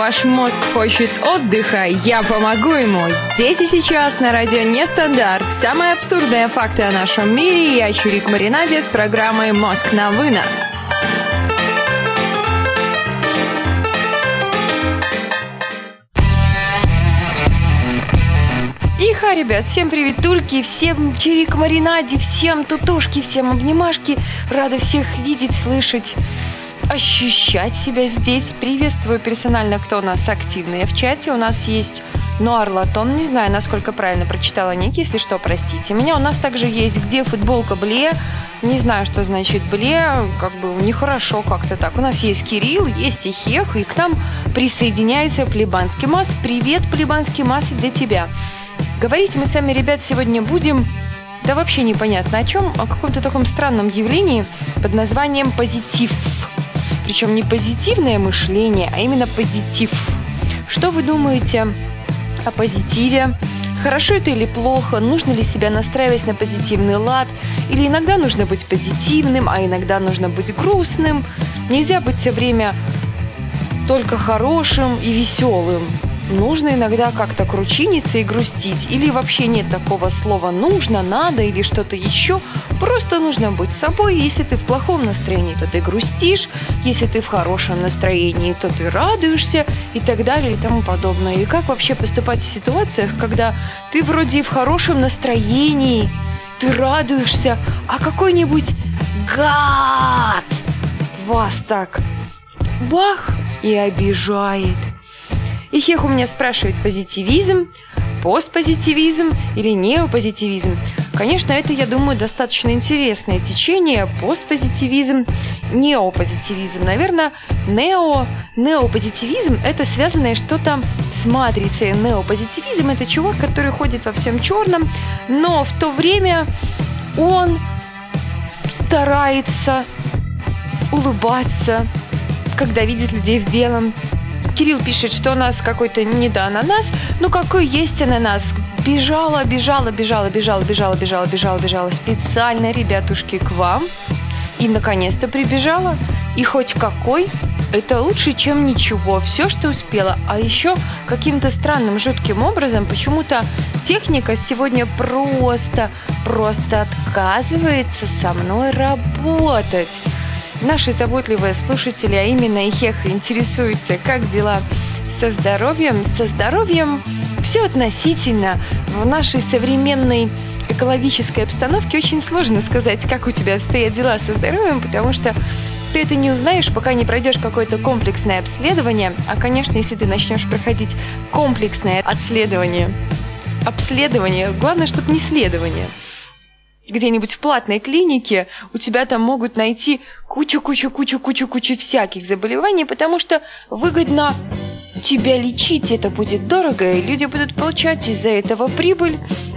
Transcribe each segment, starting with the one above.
Ваш мозг хочет отдыха, я помогу ему. Здесь и сейчас на радио Нестандарт. Самые абсурдные факты о нашем мире. Я Чирик Маринаде с программой «Мозг на вынос». Иха, ребят, всем приветульки, всем Чирик Маринаде, всем тутушки, всем обнимашки. Рада всех видеть, слышать, ощущать себя здесь. Приветствую персонально, кто у нас активный в чате. У нас есть Нуар Латон, не знаю, насколько правильно прочитала ник, если что, простите меня. У нас также есть «Где футболка Бле?», не знаю, что значит Бле, как бы нехорошо как-то так. У нас есть Кирилл, есть Ихех, и к нам присоединяется Плебанский Мас. Привет, Плебанский Мас, для тебя. Говорить мы с вами, ребят, сегодня будем, да вообще непонятно о чем, о каком-то таком странном явлении под названием позитив. Причем не позитивное мышление, а именно позитив. Что вы думаете о позитиве? Хорошо это или плохо? Нужно ли себя настраивать на позитивный лад? Или иногда нужно быть позитивным, а иногда нужно быть грустным? Нельзя быть все время только хорошим и веселым. Нужно иногда как-то кручиниться и грустить. Или вообще нет такого слова «нужно», «надо» или что-то еще. Просто нужно быть собой. Если ты в плохом настроении, то ты грустишь. Если ты в хорошем настроении, то ты радуешься и так далее и тому подобное. И как вообще поступать в ситуациях, когда ты вроде и в хорошем настроении, ты радуешься, а какой-нибудь гад вас так бах и обижает. Ихех у меня спрашивает: позитивизм, постпозитивизм или неопозитивизм? Конечно, это, я думаю, достаточно интересное течение. Постпозитивизм, неопозитивизм. Наверное, неопозитивизм – это связанное что-то с матрицей. Неопозитивизм – это чувак, который ходит во всем черном, но в то время он старается улыбаться, когда видит людей в белом. Кирилл пишет, что у нас какой-то недоананас. Ну какой есть ананас? Бежала специально, ребятушки, к вам. И наконец-то прибежала. И хоть какой, это лучше, чем ничего. Все, что успела. А еще каким-то странным, жутким образом почему-то техника сегодня просто отказывается со мной работать. Наши заботливые слушатели, а именно Ихех, интересуются, как дела со здоровьем. Со здоровьем все относительно. В нашей современной экологической обстановке очень сложно сказать, как у тебя обстоят дела со здоровьем, потому что ты это не узнаешь, пока не пройдешь какое-то комплексное обследование. А, конечно, если ты начнешь проходить комплексное обследование, главное, чтобы не следование. Где-нибудь в платной клинике у тебя там могут найти кучу всяких заболеваний, потому что выгодно тебя лечить, это будет дорого, и люди будут получать из-за этого прибыль.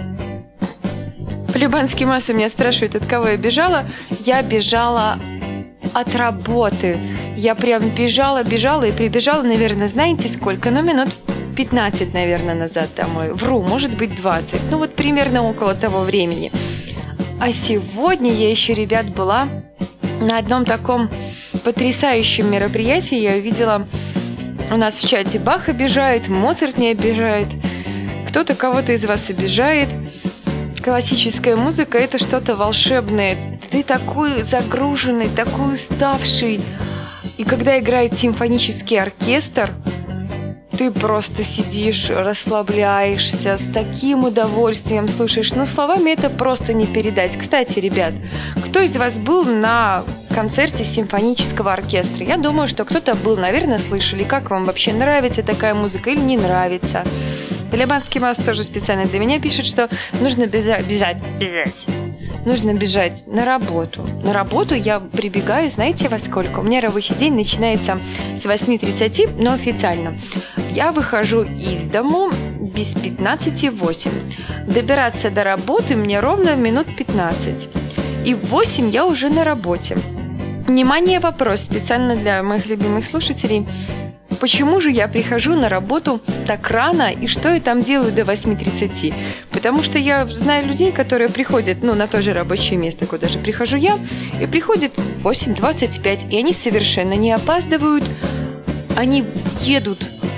Плебанский Масса меня спрашивает, от кого я бежала. Я бежала от работы. Я прям бежала и прибежала, наверное, знаете сколько? Ну, минут 15, наверное, назад домой. Вру, может быть 20. Ну, вот примерно около того времени. А сегодня я еще, ребят, была на одном таком потрясающем мероприятии. Я увидела, у нас в чате Бах обижает, Моцарт не обижает, кто-то кого-то из вас обижает. Классическая музыка – это что-то волшебное. Ты такой загруженный, такой уставший. И когда играет симфонический оркестр, ты просто сидишь, расслабляешься, с таким удовольствием слушаешь. Но словами это просто не передать. Кстати, ребят, кто из вас был на концерте симфонического оркестра? Я думаю, что кто-то был, наверное, слышали. Как вам вообще, нравится такая музыка или не нравится? Талибанский Мас тоже специально для меня пишет, что нужно бежать. Нужно бежать на работу. На работу я прибегаю, знаете, во сколько? У меня рабочий день начинается с 8:30, но официально. Я выхожу из дому без 15:08. Добираться до работы мне ровно минут 15. И в 8 я уже на работе. Внимание, вопрос специально для моих любимых слушателей. Почему же я прихожу на работу так рано, и что я там делаю до 8:30? Потому что я знаю людей, которые приходят, на то же рабочее место, куда же прихожу я, и приходят в 8:25, и они совершенно не опаздывают. Они едут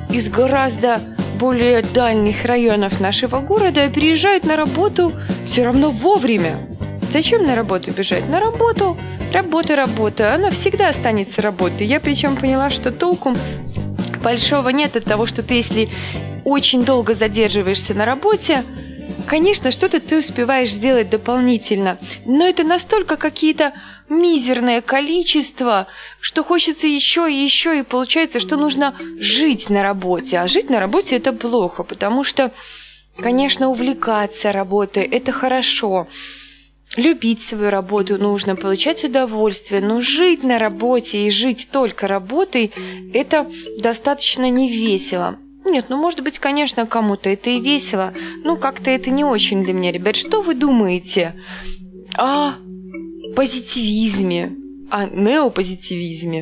из гораздо более дальних районов нашего города приезжают на работу все равно вовремя. Зачем на работу бежать? На работу. Работа. Она всегда останется работой. Я причем поняла, что толку большого нет от того, что ты, если очень долго задерживаешься на работе, конечно, что-то ты успеваешь сделать дополнительно, но это настолько какие-то мизерное количество, что хочется еще и еще, и получается, что нужно жить на работе. А жить на работе – это плохо, потому что, конечно, увлекаться работой – это хорошо. Любить свою работу нужно, получать удовольствие, но жить на работе и жить только работой – это достаточно невесело. Нет, может быть, конечно, кому-то это и весело, но как-то это не очень для меня, ребят. Что вы думаете о позитивизме, о неопозитивизме?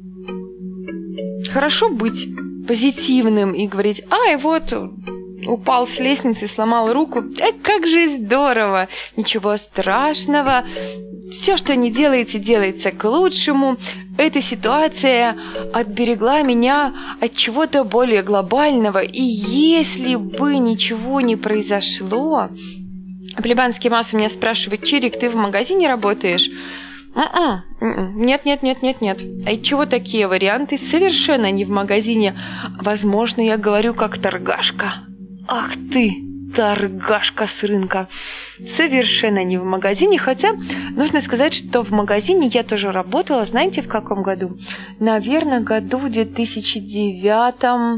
Хорошо быть позитивным и говорить: ай, вот, упал с лестницы, сломал руку, как же здорово, ничего страшного, все, что не делаете, делается к лучшему. Эта ситуация отберегла меня от чего-то более глобального, и если бы ничего не произошло... Плебанский Мас у меня спрашивает: Чирик, ты в магазине работаешь? Нет. А и чего такие варианты? Совершенно не в магазине. Возможно, я говорю как торгашка. Ах ты, торгашка с рынка. Совершенно не в магазине, хотя нужно сказать, что в магазине я тоже работала. Знаете, в каком году? Наверное, году в 2009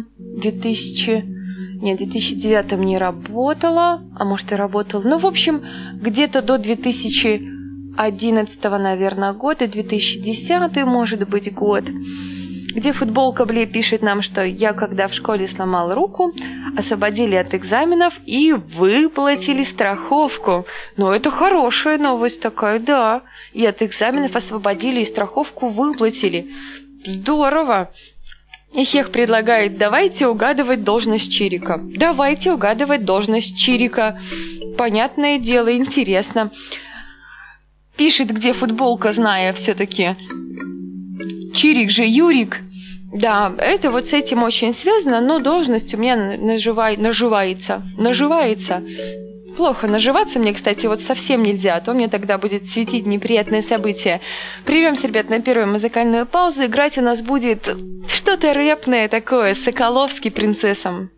не работала, а может и работала. Ну, в общем, где-то до 2011, наверное, года, 2010, может быть, год, где футболка Бле пишет нам, что я, когда в школе сломал руку, освободили от экзаменов и выплатили страховку. Ну, это хорошая новость такая, да. И от экзаменов освободили, и страховку выплатили. Здорово. И Хех предлагает: давайте угадывать должность Чирика. Давайте угадывать должность Чирика. Понятное дело, интересно. Пишет, где футболка, зная все-таки. Чирик же Юрик. Да, это вот с этим очень связано, но должность у меня наживается. Плохо наживаться мне, кстати, вот совсем нельзя, а то мне тогда будет светить неприятное событие. Прервемся, ребят, на первую музыкальную паузу. Играть у нас будет что-то рэпное такое, Соколовский принцессам.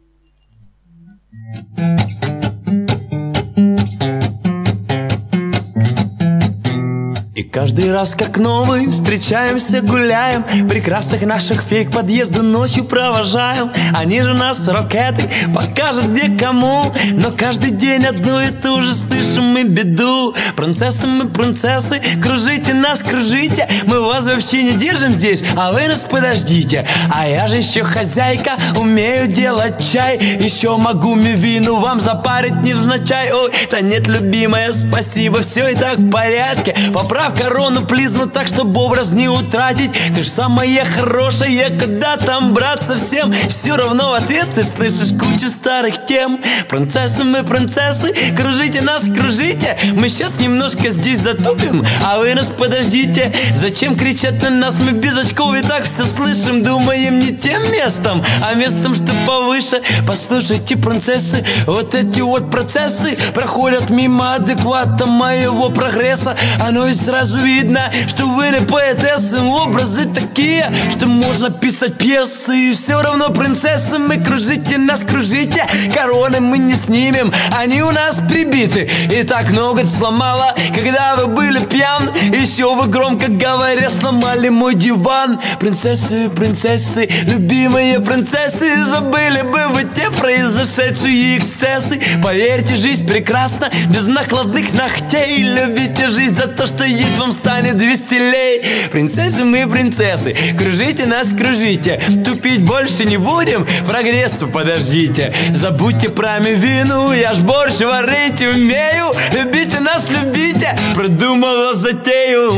И каждый раз как новый встречаемся, гуляем, прекрасных наших фей к подъезду ночью провожаем. Они же нас рокеты покажут где кому, но каждый день одну и ту же слышим мы беду. Принцессы мы принцессы, кружите нас, кружите, мы вас вообще не держим здесь, а вы нас подождите. А я же еще хозяйка, умею делать чай, еще могу мивину вам запарить невзначай. Ой, да нет, любимая, спасибо, все и так в порядке. Поправь корону, плизну так, чтобы образ не утратить. Ты ж самая хорошая, когда там брат совсем все равно в ответ ты слышишь кучу старых тем. Принцессы мы принцессы, кружите нас, кружите, мы сейчас немножко здесь затупим, а вы нас подождите. Зачем кричать на нас, мы без очков и так все слышим. Думаем не тем местом, а местом, что повыше. Послушайте, принцессы, вот эти вот процессы проходят мимо адеквата моего прогресса. Оно и сразу видно, что вы не поэтессы. Образы такие, что можно писать пьесы. И все равно принцессы мы, кружите нас, кружите. Короны мы не снимем, они у нас прибиты. И так ноготь сломала, когда вы были пьян. Еще вы, громко говоря, сломали мой диван. Принцессы, принцессы, любимые принцессы, забыли бы вы те произошедшие эксцессы. Поверьте, жизнь прекрасна, без накладных ногтей. Любите жизнь за то, что есть вам станет веселей. Принцессы мы принцессы, кружите нас, кружите. Тупить больше не будем, прогрессу подождите. Забудьте про мивину, я ж борщ варить умею. Любите нас, любите, продумала затею.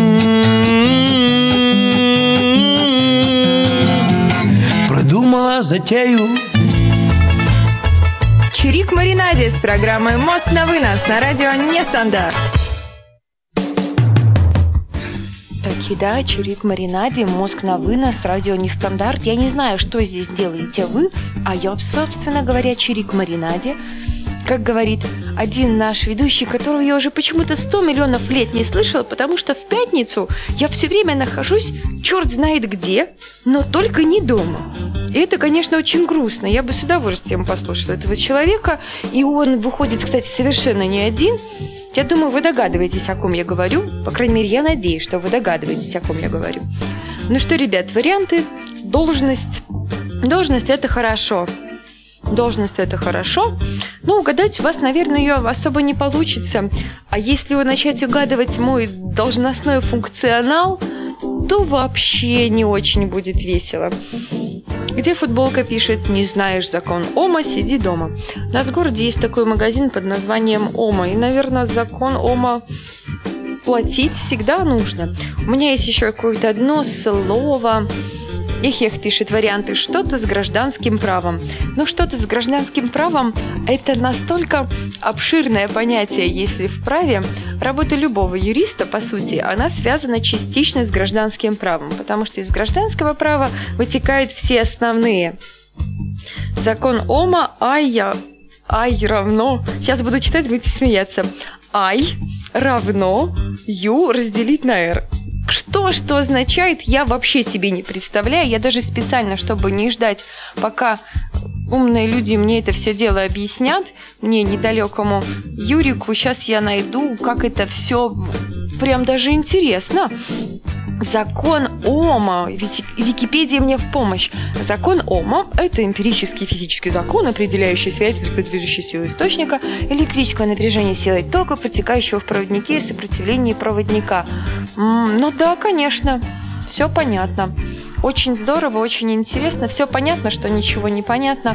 Продумала затею. Чирик Маринаде с программой «Мост на вынос» на радио Нестандарт. тутушки, да, Чирик Маринаде, мозг на вынос, радио нестандарт. Я не знаю, что здесь делаете вы, а я, собственно говоря, Чирик Маринаде. Как говорит один наш ведущий, которого я уже почему-то 100 миллионов лет не слышала, потому что в пятницу я все время нахожусь черт знает где, но только не дома. И это, конечно, очень грустно. Я бы с удовольствием послушала этого человека. И он выходит, кстати, совершенно не один. Я думаю, вы догадываетесь, о ком я говорю. По крайней мере, я надеюсь, что вы догадываетесь, о ком я говорю. Ну что, ребят, варианты. Должность. Должность – это хорошо. Должность – это хорошо. Ну, угадать у вас, наверное, ее особо не получится. А если вы начать угадывать мой должностной функционал, то вообще не очень будет весело. Где футболка пишет: «Не знаешь закон Ома, сиди дома». У нас в городе есть такой магазин под названием Ома. И, наверное, закон Ома платить всегда нужно. У меня есть еще какое-то одно слово. Ихех пишет варианты: что-то с гражданским правом. Ну, что-то с гражданским правом – это настолько обширное понятие, если в праве. Работа любого юриста, по сути, она связана частично с гражданским правом, потому что из гражданского права вытекают все основные. Закон Ома, ай равно, сейчас буду читать, будете смеяться, ай равно ю разделить на r. Что означает, я вообще себе не представляю. Я даже специально, чтобы не ждать, пока умные люди мне это все дело объяснят, мне недалекому Юрику, сейчас я найду, как это все прям даже интересно. Закон Ома. Википедия мне в помощь. Закон Ома – это эмпирический физический закон, определяющий связь электродвижущей силы источника, электрического напряжения силой тока, протекающего в проводнике и сопротивлении проводника. Ну да, конечно, все понятно. Очень здорово, очень интересно. Все понятно, что ничего не понятно.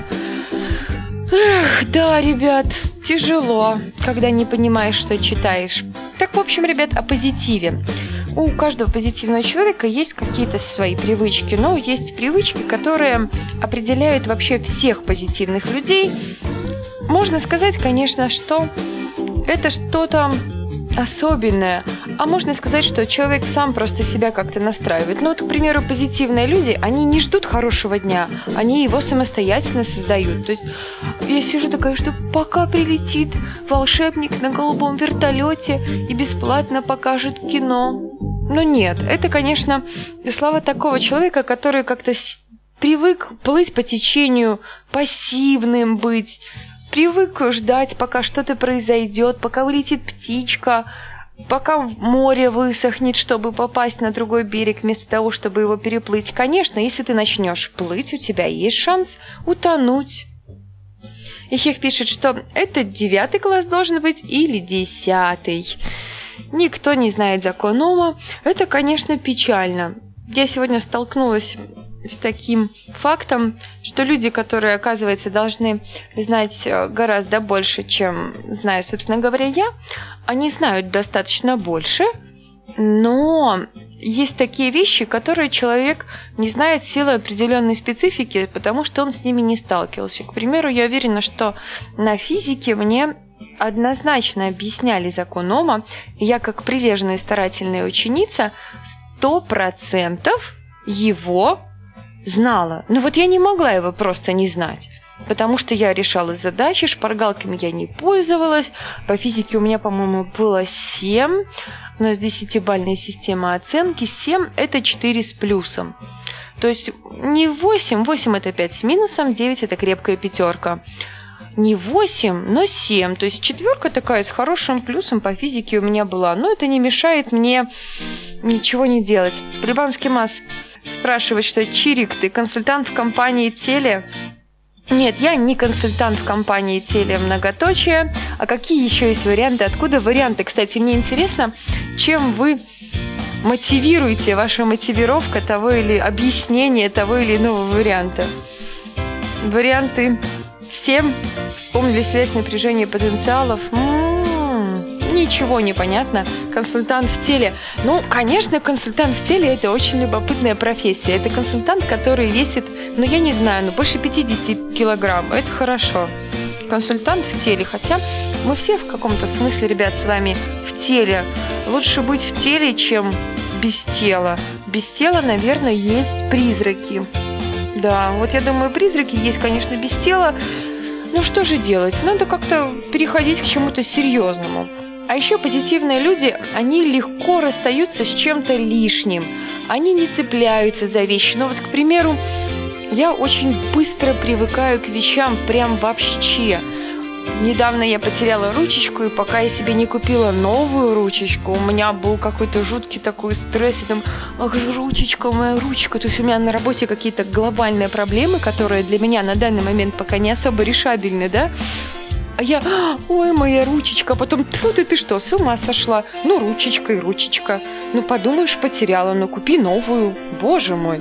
Эх, да, ребят, тяжело, когда не понимаешь, что читаешь. Так, в общем, ребят, о позитиве. У каждого позитивного человека есть какие-то свои привычки, но есть привычки, которые определяют вообще всех позитивных людей. Можно сказать, конечно, что это что-то особенное, а можно сказать, что человек сам просто себя как-то настраивает. Ну вот, к примеру, позитивные люди, они не ждут хорошего дня, они его самостоятельно создают. То есть я сижу такая, что пока прилетит волшебник на голубом вертолете и бесплатно покажет кино. Но нет, это, конечно, слова такого человека, который как-то привык плыть по течению, пассивным быть, привык ждать, пока что-то произойдет, пока улетит птичка, пока море высохнет, чтобы попасть на другой берег, вместо того, чтобы его переплыть. Конечно, если ты начнешь плыть, у тебя есть шанс утонуть. Ихех пишет, что это 9 класс должен быть или 10. Никто не знает закон Ома. Это, конечно, печально. Я сегодня столкнулась с таким фактом, что люди, которые, оказывается, должны знать гораздо больше, чем знаю, собственно говоря, я, они знают достаточно больше, но есть такие вещи, которые человек не знает в силу определенной специфики, потому что он с ними не сталкивался. К примеру, я уверена, что на физике мне однозначно объясняли закон Ома, и я, как прилежная и старательная ученица, 100% его знала. Но вот я не могла его просто не знать, потому что я решала задачи, шпаргалками я не пользовалась, по физике у меня, по-моему, было 7, у нас 10-бальная система оценки, 7 – это 4 с плюсом. То есть не 8, 8 – это 5 с минусом, 9 – это крепкая пятерка. Не 8, но 7. То есть 4 такая с хорошим плюсом по физике у меня была. Но это не мешает мне ничего не делать. Прибанский Мас спрашивает, что Чирик, ты консультант в компании Теле? Нет, я не консультант в компании Теле, многоточие. А какие еще есть варианты? Откуда варианты? Кстати, мне интересно, чем вы мотивируете, ваша мотивировка того или объяснение того или иного варианта. Варианты 7. Вспомнили связь напряжения потенциалов. Ничего не понятно. Консультант в теле. Ну, конечно, консультант в теле – это очень любопытная профессия. Это консультант, который весит, ну, я не знаю, ну, больше 50 килограмм. Это хорошо. Консультант в теле. Хотя мы все в каком-то смысле, ребят, с вами в теле. Лучше быть в теле, чем без тела. Без тела, наверное, есть призраки. Да, вот я думаю, призраки есть, конечно, без тела. Ну что же делать? Надо как-то переходить к чему-то серьезному. А еще позитивные люди, они легко расстаются с чем-то лишним. Они не цепляются за вещи. Но вот, к примеру, я очень быстро привыкаю к вещам, прям вообще. Недавно я потеряла ручечку, и пока я себе не купила новую ручечку, у меня был какой-то жуткий такой стресс. И там, ах, ручечка, моя ручка. То есть у меня на работе какие-то глобальные проблемы, которые для меня на данный момент пока не особо решабельны, да? А я, ой, моя ручечка. Потом, тьфу ты что, с ума сошла? Ну, ручечка и ручечка. Ну, подумаешь, потеряла, ну, купи новую. Боже мой.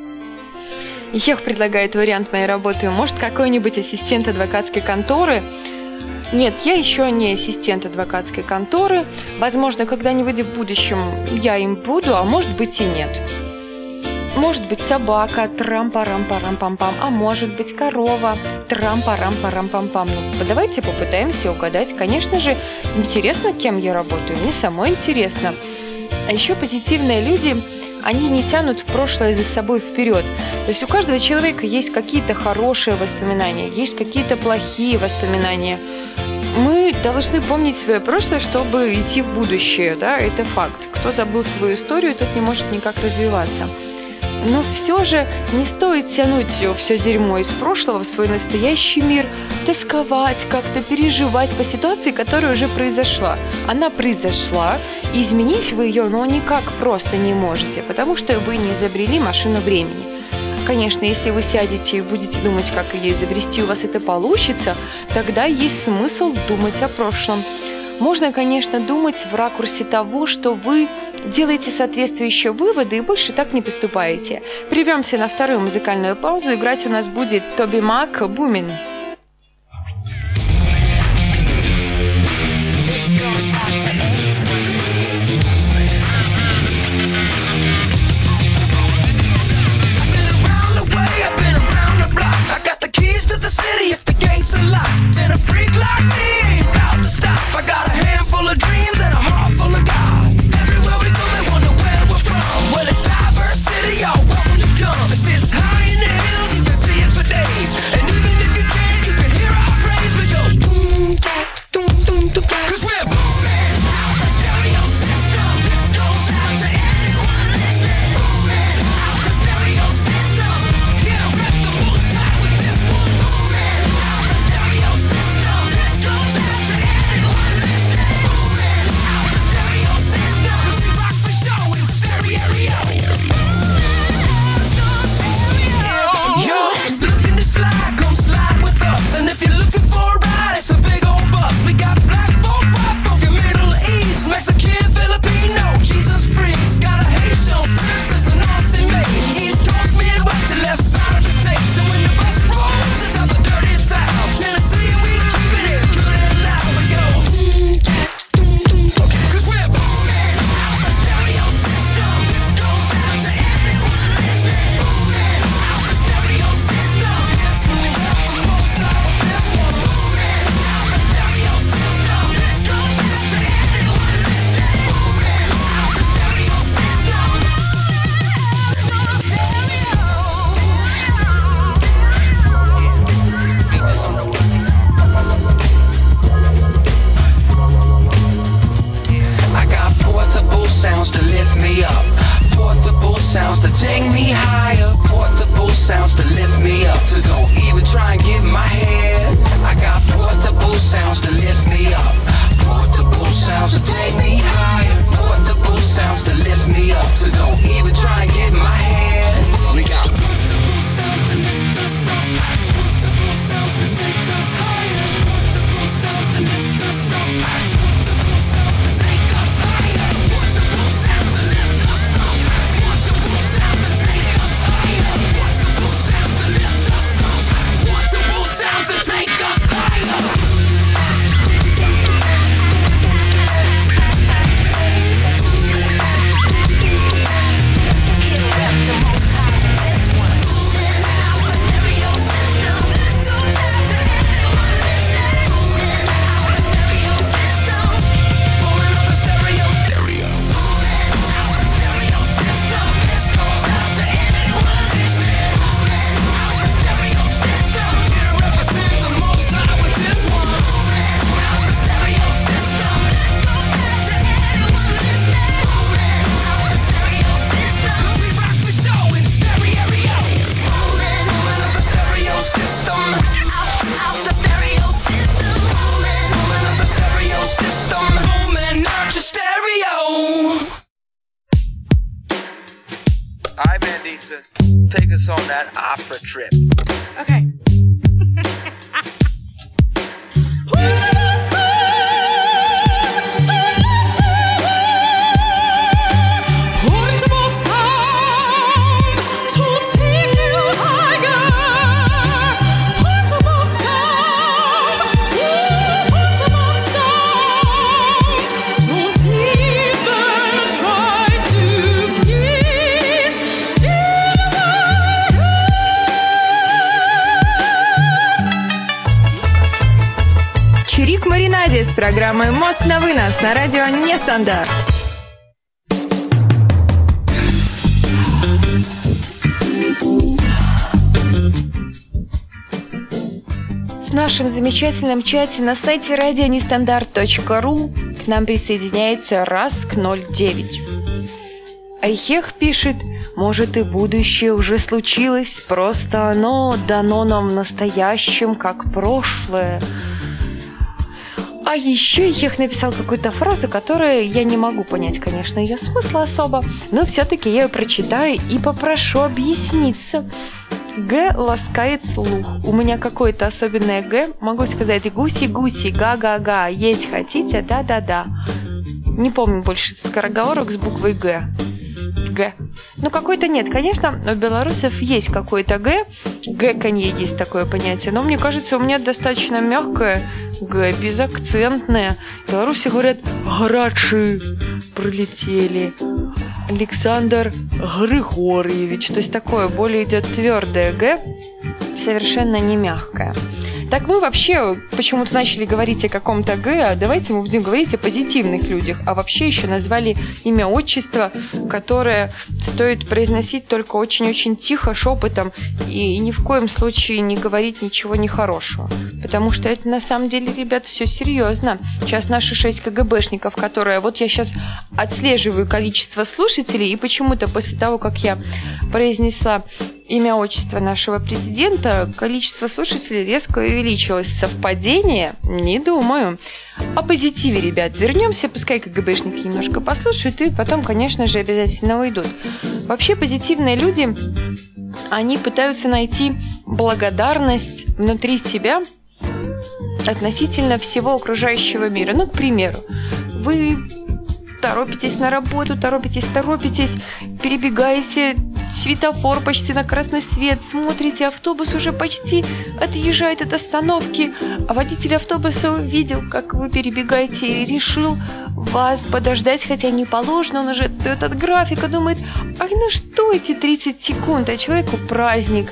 Ех предлагает вариант моей работы. Может, какой-нибудь ассистент адвокатской конторы? Нет, я еще не ассистент адвокатской конторы. Возможно, когда-нибудь в будущем я им буду, а может быть и нет. Может быть собака, трам-парам-парам-пам-пам, а может быть корова, трам-парам-парам-пам-пам. Ну, давайте попытаемся угадать. Конечно же, интересно, кем я работаю, мне самой интересно. А еще позитивные люди, они не тянут прошлое за собой вперед. То есть у каждого человека есть какие-то хорошие воспоминания, есть какие-то плохие воспоминания. Мы должны помнить свое прошлое, чтобы идти в будущее, да, это факт. Кто забыл свою историю, тот не может никак развиваться. Но все же не стоит тянуть все дерьмо из прошлого в свой настоящий мир, тосковать, как-то переживать по ситуации, которая уже произошла. Она произошла, и изменить вы ее, но никак просто не можете, потому что вы не изобрели машину времени. Конечно, если вы сядете и будете думать, как ее изобрести, у вас это получится, тогда есть смысл думать о прошлом. Можно, конечно, думать в ракурсе того, что вы делаете соответствующие выводы и больше так не поступаете. Прервемся на вторую музыкальную паузу. Играть у нас будет Тоби Мак «Бумин». I got a handful of dreams and a heart full of God. Everywhere we go, they wonder where we're from. Well, it's diversity, y'all welcome to come. It sits high in the hills, you can see it for days. And even if you can't, you can hear our praise. We go boom, boom, boom, boom, boom. 'Cause we're booming out the stereo system. This goes out to anyone listening. Booming out the stereo system. Yeah, rip the bullseye with this one. Booming out the stereo system. This goes Take us on that opera trip. Okay. Чирик Маринаде с программой «Мост на вынос» на радио Нестандарт. В нашем замечательном чате на сайте радионестандарт.ру к нам присоединяется Раск09. Айхех пишет: может и будущее уже случилось, просто оно дано нам в настоящем, как прошлое. А еще Айхех написал какую-то фразу, которую я не могу понять, конечно, ее смысла особо, но все-таки я ее прочитаю и попрошу объясниться. Г ласкает слух. У меня какое-то особенное Г. Могу сказать гуси-гуси, га-га-га. Есть хотите? Да-да-да. Не помню больше скороговорок с буквой Г. Г. Ну, какой-то нет, конечно, у белорусов есть какой-то Г. Гэканье есть такое понятие. Но мне кажется, у меня достаточно мягкое Г, безакцентное. В Беларуси говорят «горачи прилетели». Александр Григорьевич. То есть такое более идет твердое Г, совершенно не мягкое. Так мы вообще почему-то начали говорить о каком-то Г, а давайте мы будем говорить о позитивных людях. А вообще еще назвали имя, отчество, которое стоит произносить только очень-очень тихо, шепотом, и ни в коем случае не говорить ничего нехорошего. Потому что это на самом деле, ребята, все серьезно. Сейчас наши 6 КГБшников, которые... Вот я сейчас отслеживаю количество слушателей, и почему-то после того, как я произнесла имя, отчество нашего президента, количество слушателей резко увеличилось. Совпадение? Не думаю. О позитиве, ребят, вернемся, пускай КГБшники немножко послушают, и потом, конечно же, обязательно уйдут. Вообще позитивные люди, они пытаются найти благодарность внутри себя относительно всего окружающего мира. Ну, к примеру, вы торопитесь на работу, торопитесь, перебегаете светофор почти на красный свет, смотрите, автобус уже почти отъезжает от остановки, а водитель автобуса увидел, как вы перебегаете, и решил вас подождать, хотя не положено, он уже отстает от графика, думает, ай, ну что эти 30 секунд, а человеку праздник.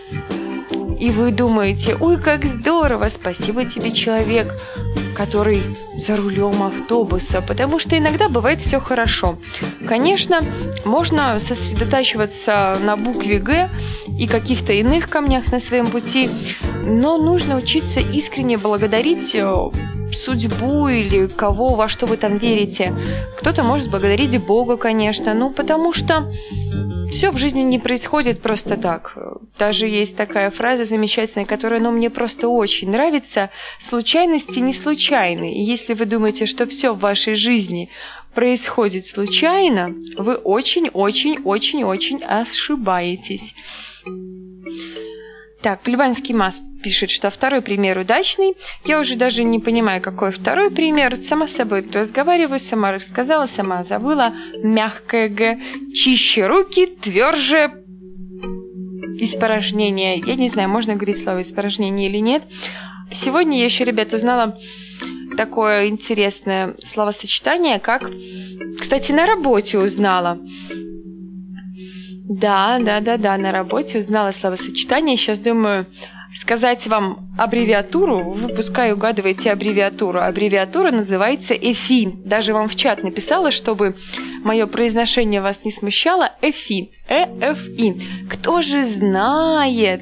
И вы думаете, ой, как здорово, спасибо тебе, человек, который за рулем автобуса, потому что иногда бывает все хорошо. Конечно, можно сосредотачиваться на букве Г и каких-то иных камнях на своем пути, но нужно учиться искренне благодарить судьбу или кого, во что вы там верите. Кто-то может благодарить Бога, конечно, ну потому что все в жизни не происходит просто так. Даже есть такая фраза замечательная, которая, мне просто очень нравится. Случайности не случайны. И если вы думаете, что все в вашей жизни происходит случайно, вы очень-очень-очень-очень ошибаетесь. Так, Либанский Мас пишет, что второй пример удачный. Я уже даже не понимаю, какой второй пример. Сама с собой разговариваю, сама рассказала, сама забыла. Мягкое Г. Чище руки, тверже испражнение. Я не знаю, можно говорить слово испражнение или нет. Сегодня я еще, ребят, узнала такое интересное словосочетание, как... Кстати, на работе узнала. Да, на работе узнала словосочетание. Сейчас думаю сказать вам аббревиатуру. Вы пускай угадываете аббревиатуру. Аббревиатура называется ЭФИ. Даже вам в чат написала, чтобы мое произношение вас не смущало. ЭФИ. ЭФИ. Кто же знает,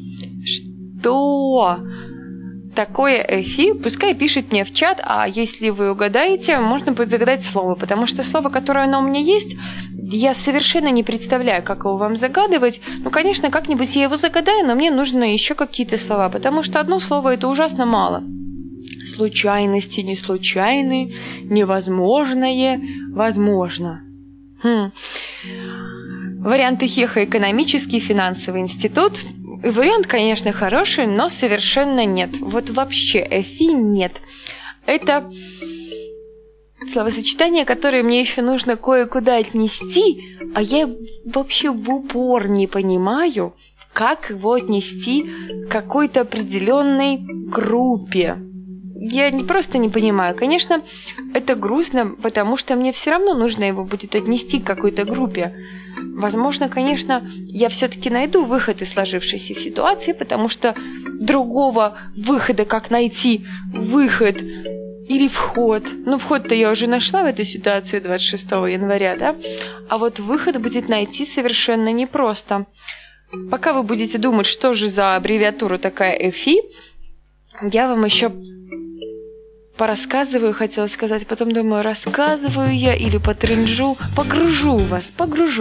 что такое ЭФИ, пускай пишет мне в чат, а если вы угадаете, можно будет загадать слово, потому что слово, которое оно у меня есть, я совершенно не представляю, как его вам загадывать. Ну, конечно, как-нибудь я его загадаю, но мне нужны еще какие-то слова, потому что одно слово это ужасно мало. Случайности не случайны, невозможное возможно. Вариант ИХЕХа — экономический финансовый институт. Вариант, конечно, хороший, но совершенно нет. Вот вообще ЭФИ нет. Это словосочетание, которое мне еще нужно кое-куда отнести, а я вообще в упор не понимаю, как его отнести к какой-то определенной группе. Я просто не понимаю. Конечно, это грустно, потому что мне все равно нужно его будет отнести к какой-то группе. Возможно, конечно, я все-таки найду выход из сложившейся ситуации, потому что другого выхода, как найти выход или вход. Ну, вход-то я уже нашла в эту ситуацию 26 января, да? А вот выход будет найти совершенно непросто. Пока вы будете думать, что же за аббревиатура такая ЭФИ, я вам еще порассказываю, хотела сказать, потом думаю, рассказываю я или потрынжу, погружу вас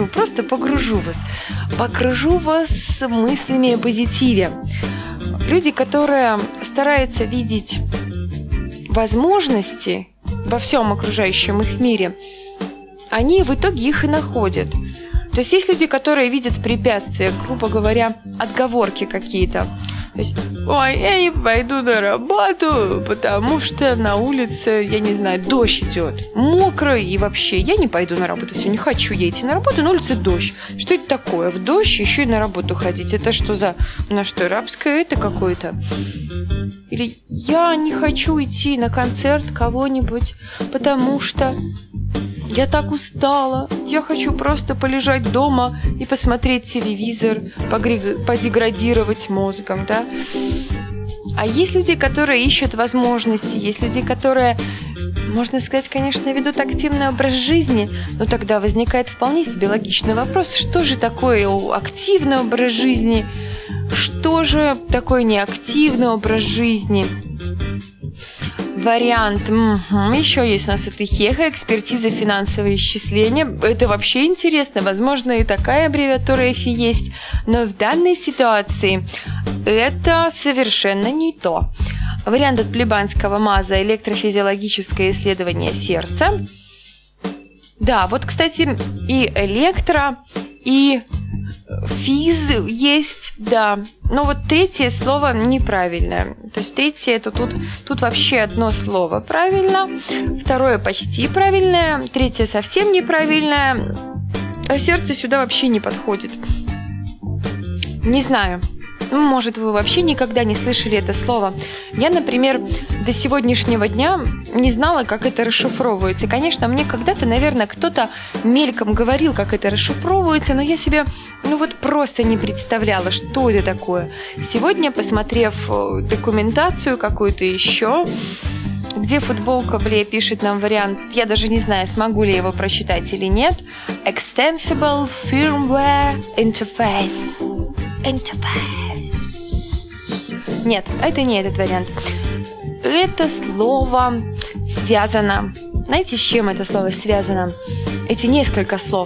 мыслями о позитиве. Люди, которые стараются видеть возможности во всем окружающем их мире, они в итоге их и находят. То есть есть люди, которые видят препятствия, грубо говоря, отговорки какие-то. То есть, ой, я не пойду на работу, потому что на улице, я не знаю, дождь идет, мокро, и вообще я не пойду на работу, все, не хочу я идти на работу, на улице дождь. Что это такое? В дождь еще и на работу ходить. Это что за, на что, рабское это какое-то? Или я не хочу идти на концерт кого-нибудь, потому что я так устала, я хочу просто полежать дома и посмотреть телевизор, подеградировать мозгом, да? А есть люди, которые ищут возможности, есть люди, которые, можно сказать, конечно, ведут активный образ жизни, но тогда возникает вполне себе логичный вопрос, что же такое активный образ жизни, что же такое неактивный образ жизни? Вариант. Еще есть у нас это ИХЕХа, экспертиза финансового исчисления. Это вообще интересно. Возможно, и такая аббревиатура ЭФИ есть. Но в данной ситуации это совершенно не то. Вариант от Плебанского МАЗа — электрофизиологическое исследование сердца. Да, вот, кстати, и электро, и физ есть, да. Но вот третье слово неправильное. То есть третье — это тут вообще одно слово правильно, второе почти правильное, третье совсем неправильное, а сердце сюда вообще не подходит. Не знаю. Может, вы вообще никогда не слышали это слово. Я, например, до сегодняшнего дня не знала, как это расшифровывается. Конечно, мне когда-то, наверное, кто-то мельком говорил, как это расшифровывается, но я себе, просто не представляла, что это такое. Сегодня, посмотрев документацию какую-то еще, где футболка, пишет нам вариант, я даже не знаю, смогу ли я его прочитать или нет. Extensible Firmware Interface. Нет, это не этот вариант. Это слово связано. Знаете, с чем это слово связано? Эти несколько слов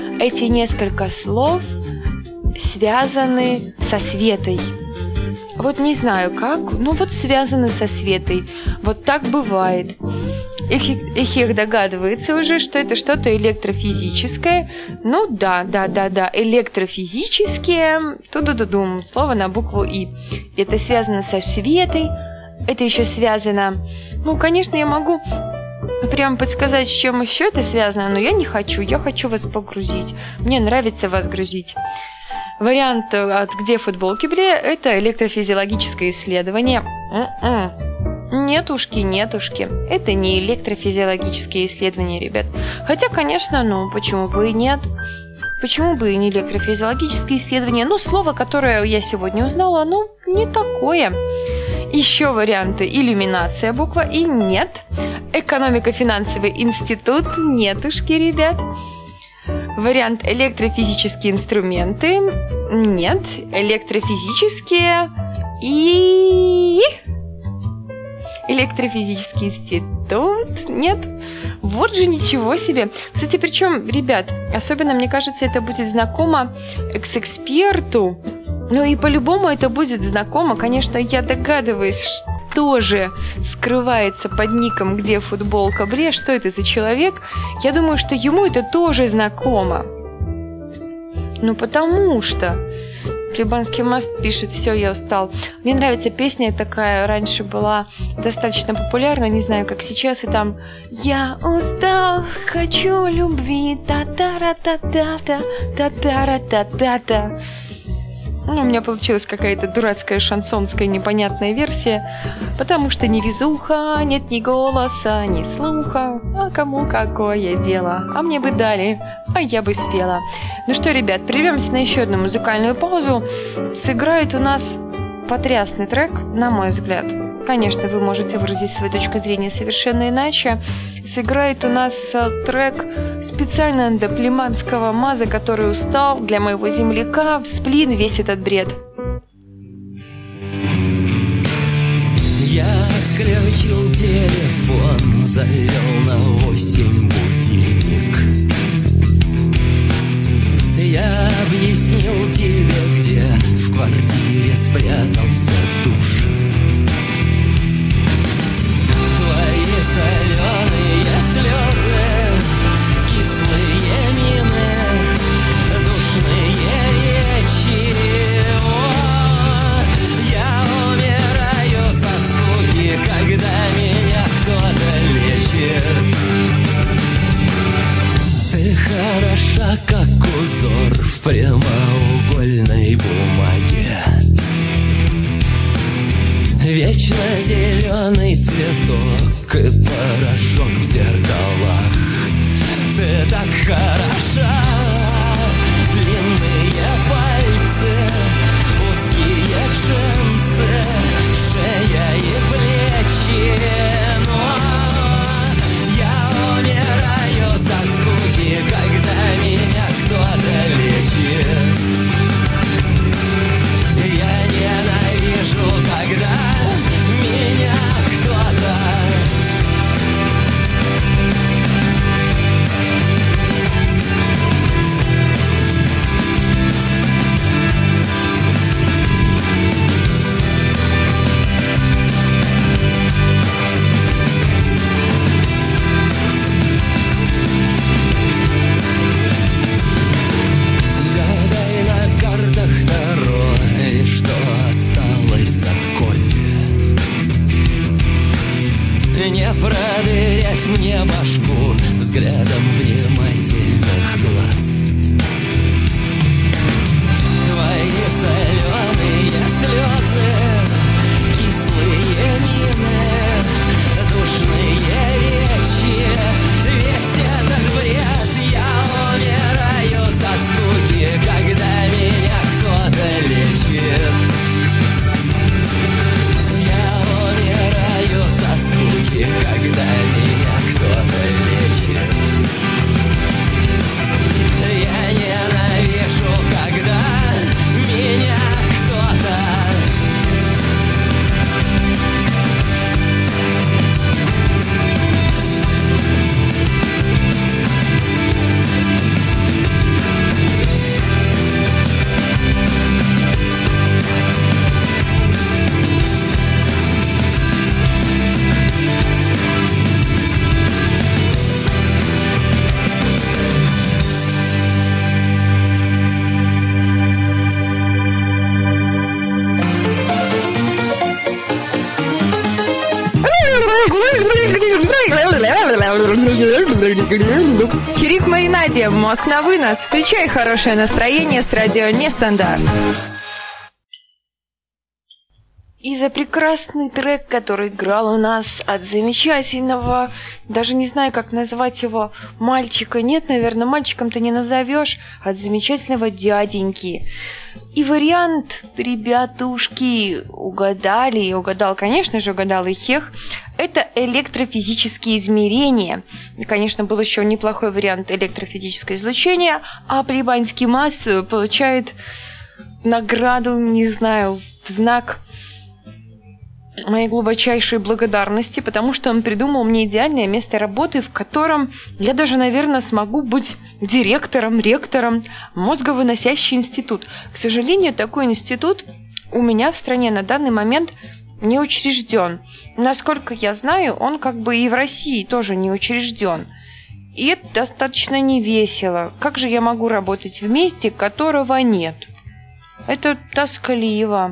связаны со Светой. Вот не знаю как, связаны со Светой. Вот так бывает. ИХЕХ догадывается уже, что это что-то электрофизическое. Да, электрофизическое. Ту-ду-ду-дум. Слово на букву И. Это связано со Светой. Это еще связано... конечно, я могу прям подсказать, с чем еще это связано, но я не хочу. Я хочу вас погрузить. Мне нравится вас грузить. Вариант от «Где футболки, это электрофизиологическое исследование. Нетушки. Это не электрофизиологические исследования, ребят. Хотя, конечно, почему бы и нет? Почему бы и не электрофизиологические исследования? Слово, которое я сегодня узнала, оно не такое. Еще варианты. Иллюминация, буква И, нет. Экономико-финансовый институт, нетушки, ребят. Вариант электрофизические инструменты, нет. Электрофизические и... Электрофизический институт, нет. Вот же ничего себе. Кстати, причем, ребят, особенно, мне кажется, это будет знакомо экс-эксперту. И по-любому это будет знакомо. Конечно, я догадываюсь, что же скрывается под ником «Где футболка, что это за человек. Я думаю, что ему это тоже знакомо. Ну, потому что Прибанский мост пишет: все, я устал. Мне нравится песня такая, раньше была достаточно популярна, не знаю, как сейчас, и там: я устал, хочу любви, та-та-ра-та-та-та, та-та-ра-та-та-та. Ну, у меня получилась какая-то дурацкая шансонская непонятная версия, потому что ни везуха, нет ни голоса, ни слуха, а кому какое дело, а мне бы дали, а я бы спела. Ну что, ребят, прервемся на еще одну музыкальную паузу. Сыграет у нас потрясный трек, на мой взгляд. Конечно, вы можете выразить свою точку зрения совершенно иначе. Сыграет у нас трек специально для Плиманского МАЗа, который устал, для моего земляка, в сплин весь этот бред. Я отключил телефон, завел на 8 будильник. Я объяснил тебе, где в квартире спрятался душ. Твои соленые слезы, кислые мины, душные речи. О, я умираю со скуки, когда меня кто-то лечит. Ты хороша, как узор в прямоугольной бумаге. Вечно зеленый цветок и порошок в зеркалах. Ты так хороша, длинные пальцы, узкие джинсы, шея и плечи. Но я умираю со скуки, когда меня кто-то лечит. Я ненавижу, когда меня кто-то гадай на картах Таро, и что осталось от кофе. Не проверять мне башку взглядом внимательных глаз. Твои соленые слезы, кислые мины, душные речи. Весь этот бред, я умираю со скуки, когда меня кто-то лечит. Я умираю со скуки, когда меня кто-то лечит. Я ненавижу, когда меня кто-то Чирик Маринаде, мозг на вынос. Включай хорошее настроение с радио Нестандарт. И за прекрасный трек, который играл у нас от замечательного, даже не знаю, как назвать его, мальчика. Нет, наверное, мальчиком-то не назовешь, от замечательного дяденьки. И вариант, ребятушки, угадал, конечно же, угадал и Хех. Это электрофизические измерения. И, конечно, был еще неплохой вариант электрофизическое излучение, а Прибанский МАЗ получает награду, не знаю, в знак моей глубочайшей благодарности, потому что он придумал мне идеальное место работы, в котором я даже, наверное, смогу быть директором, ректором, мозговыносящий институт. К сожалению, такой институт у меня в стране на данный момент не учрежден. Насколько я знаю, он как бы и в России тоже не учрежден. И это достаточно невесело. Как же я могу работать в месте, которого нет? Это тоскливо.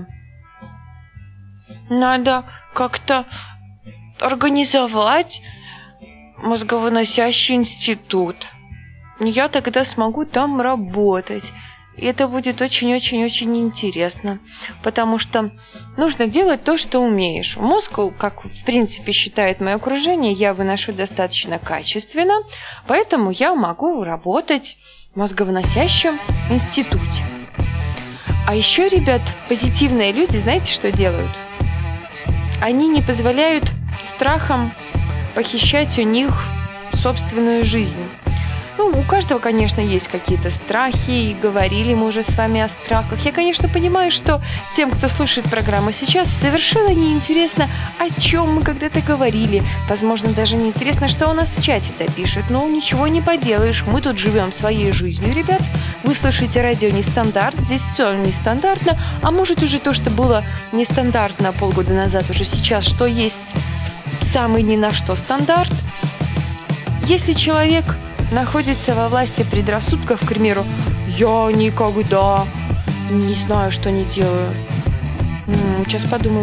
Надо как-то организовать мозговыносящий институт. Я тогда смогу там работать. И это будет очень-очень-очень интересно. Потому что нужно делать то, что умеешь. Мозг, как в принципе считает мое окружение, я выношу достаточно качественно. Поэтому я могу работать в мозговыносящем институте. А еще, ребят, позитивные люди, знаете, что делают? Они не позволяют страхам похищать у них собственную жизнь. Ну, у каждого, конечно, есть какие-то страхи, и говорили мы уже с вами о страхах. Я, конечно, понимаю, что тем, кто слушает программу сейчас, совершенно неинтересно, о чем мы когда-то говорили. Возможно, даже неинтересно, что у нас в чате-то пишет. Но ничего не поделаешь, мы тут живем своей жизнью, ребят. Вы слушаете радио «Нестандарт», здесь все нестандартно, а может уже то, что было нестандартно полгода назад, уже сейчас, что есть самый ни на что стандарт. Если человек находится во власти предрассудков, к примеру, я никогда не знаю, что не делаю. Сейчас подумаю.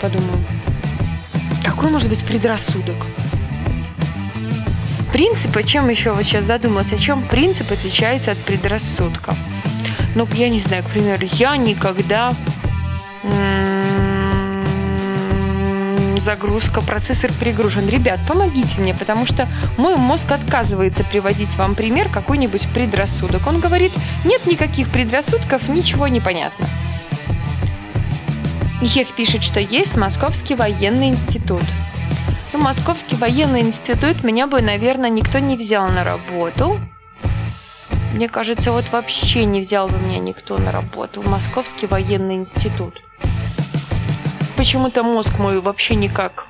Какой может быть предрассудок? Принцип, о чем еще вот сейчас задумалась, о чем принцип отличается от предрассудка? Ну, я не знаю, к примеру, я никогда загрузка, процессор перегружен. Ребят, помогите мне, потому что мой мозг отказывается приводить вам пример какой-нибудь предрассудок. Он говорит, нет никаких предрассудков, ничего не понятно. Ех пишет, что есть Московский военный институт. Ну, Московский военный институт меня бы, наверное, никто не взял на работу. Мне кажется, вот вообще не взял бы меня никто на работу в Московский военный институт. Почему-то мозг мой вообще никак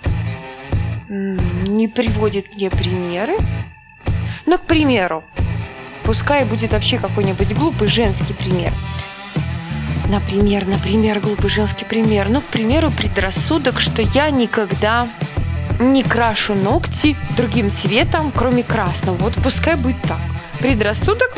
не приводит мне примеры. Ну, к примеру, пускай будет вообще какой-нибудь глупый женский пример. Например, глупый женский пример. Ну, к примеру, предрассудок, что я никогда не крашу ногти другим цветом, кроме красного. Вот пускай будет так. Предрассудок,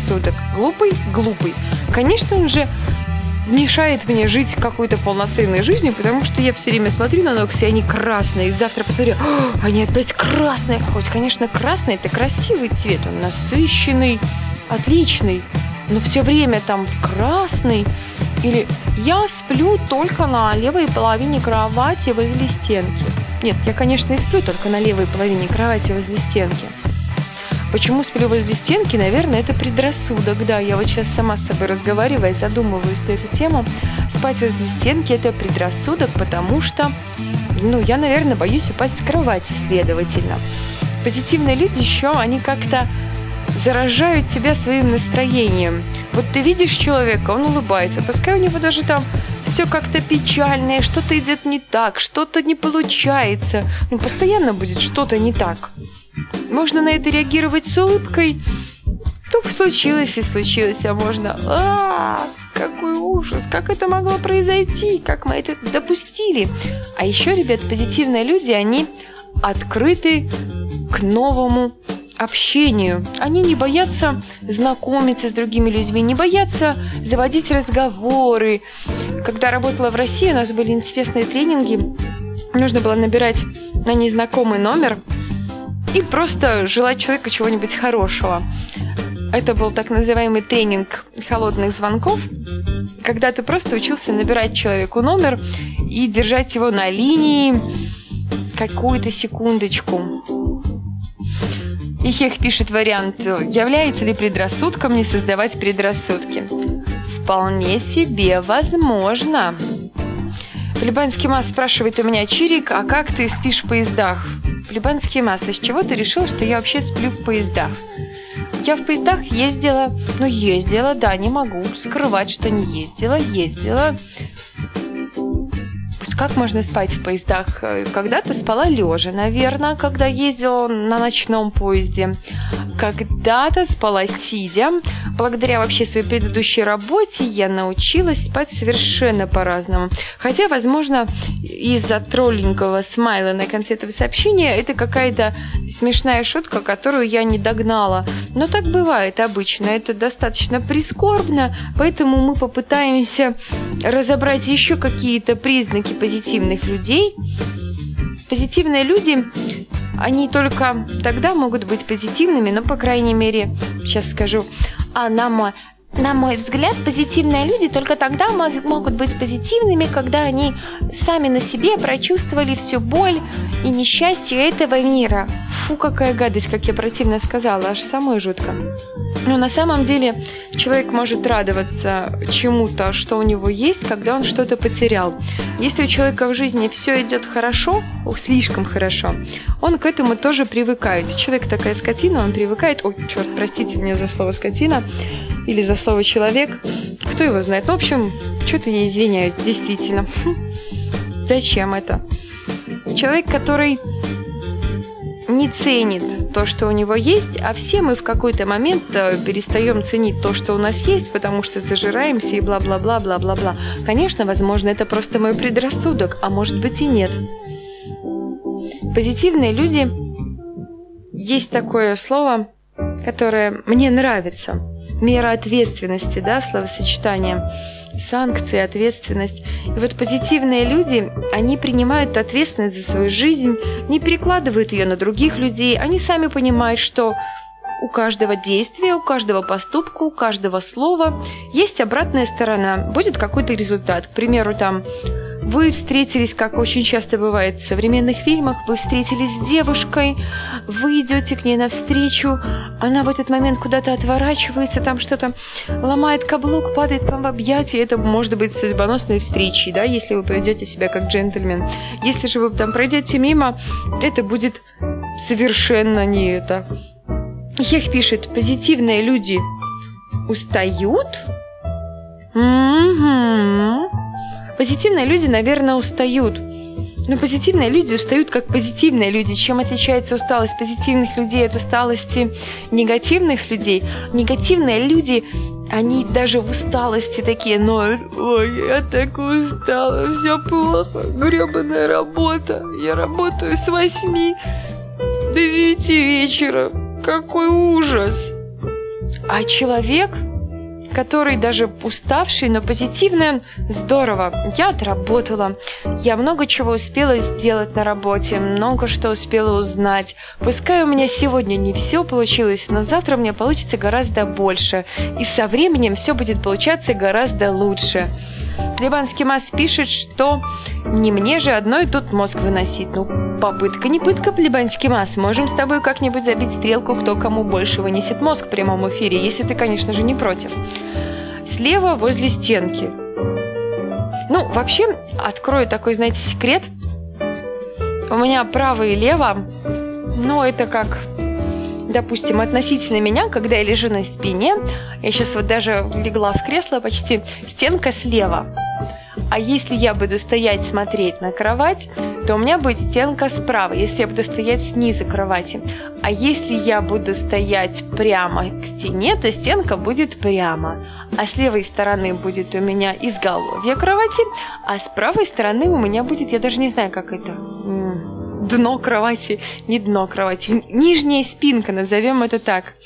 глупый. Конечно, он же мешает мне жить какой-то полноценной жизнью, потому что я все время смотрю на ногти, они красные, и завтра посмотрю, они опять красные. Хоть, конечно, красный – это красивый цвет, он насыщенный, отличный, но все время там красный. Или я сплю только на левой половине кровати возле стенки. Нет, я, конечно, и сплю только на левой половине кровати возле стенки. Почему сплю возле стенки? Наверное, это предрассудок. Да, я вот сейчас сама с собой разговариваю, задумываюсь на эту тему. Спать возле стенки – это предрассудок, потому что, я, наверное, боюсь упасть с кровати, следовательно. Позитивные люди еще, они как-то заражают тебя своим настроением. Вот ты видишь человека, он улыбается, пускай у него даже там все как-то печальное, что-то идет не так, что-то не получается. Постоянно будет что-то не так. Можно на это реагировать с улыбкой. Случилось и случилось, а можно... Какой ужас, как это могло произойти, как мы это допустили. А еще, ребят, позитивные люди, они открыты к новому общению. Они не боятся знакомиться с другими людьми, не боятся заводить разговоры. Когда работала в России, у нас были интересные тренинги. Нужно было набирать на незнакомый номер и просто желать человеку чего-нибудь хорошего. Это был так называемый тренинг холодных звонков, когда ты просто учился набирать человеку номер и держать его на линии какую-то секундочку. И Хех пишет вариант, является ли предрассудком не создавать предрассудки. Вполне себе возможно. Либанский Мас спрашивает у меня, Чирик, а как ты спишь в поездах? Либанский Мас, из чего ты решил, что я вообще сплю в поездах? Я в поездах ездила, да, не могу скрывать, что не ездила. Как можно спать в поездах? Когда-то спала лежа, наверное, когда ездила на ночном поезде. Когда-то спала сидя. Благодаря вообще своей предыдущей работе я научилась спать совершенно по-разному. Хотя, возможно, из-за тролленького смайла на конце этого сообщения это какая-то смешная шутка, которую я не догнала. Но так бывает обычно. Это достаточно прискорбно, поэтому мы попытаемся разобрать еще какие-то признаки позитивных людей. Позитивные люди, они только тогда могут быть позитивными, но, по крайней мере, сейчас скажу, на мой взгляд, позитивные люди только тогда могут быть позитивными, когда они сами на себе прочувствовали всю боль и несчастье этого мира. Фу, какая гадость, как я противно сказала, аж самой жутко. Но на самом деле человек может радоваться чему-то, что у него есть, когда он что-то потерял. Если у человека в жизни все идет хорошо, слишком хорошо, он к этому тоже привыкает. Человек такая скотина, он привыкает. Ой, черт, простите меня за слово скотина или за слово человек. Кто его знает? Ну, в общем, что-то я извиняюсь, действительно. Зачем это? Человек, который не ценит то, что у него есть, а все мы в какой-то момент перестаем ценить то, что у нас есть, потому что зажираемся и бла-бла-бла, бла-бла-бла. Конечно, возможно, это просто мой предрассудок, а может быть и нет. Позитивные люди, есть такое слово, которое мне нравится. Мера ответственности, да, словосочетание. Санкции, ответственность. И вот позитивные люди, они принимают ответственность за свою жизнь, не перекладывают ее на других людей. Они сами понимают, что у каждого действия, у каждого поступка, у каждого слова есть обратная сторона. Будет какой-то результат. К примеру, там, вы встретились, как очень часто бывает в современных фильмах, вы встретились с девушкой, вы идете к ней навстречу, она в этот момент куда-то отворачивается, там что-то ломает каблук, падает к вам в объятия. Это может быть судьбоносной встречей, да, если вы поведете себя как джентльмен. Если же вы там пройдете мимо, это будет совершенно не это. Хех пишет, позитивные люди устают? Позитивные люди, наверное, устают. Но позитивные люди устают как позитивные люди. Чем отличается усталость позитивных людей от усталости негативных людей? Негативные люди, они даже в усталости такие, ой, я так устала, все плохо, гребаная работа, я работаю с 8 до 9 вечера, какой ужас. А человек, который даже уставший, но позитивный, он здорово. Я отработала, я много чего успела сделать на работе, много что успела узнать. Пускай у меня сегодня не все получилось, но завтра у меня получится гораздо больше. И со временем все будет получаться гораздо лучше. Плебанский Мас пишет, что не мне же одной тут мозг выносить. Ну, попытка не пытка, Плебанский Мас. Можем с тобой как-нибудь забить стрелку, кто кому больше вынесет мозг в прямом эфире, если ты, конечно же, не против. Слева возле стенки. Ну, вообще, открою такой, знаете, секрет. У меня право и лево, но это как, допустим, относительно меня, когда я лежу на спине, я сейчас вот даже легла в кресло почти, стенка слева. А если я буду стоять, смотреть на кровать, то у меня будет стенка справа, если я буду стоять снизу кровати. А если я буду стоять прямо к стене, то стенка будет прямо. А с левой стороны будет у меня изголовье кровати, а с правой стороны у меня будет, я даже не знаю, как это, дно кровати, не дно кровати, нижняя спинка, назовем это так.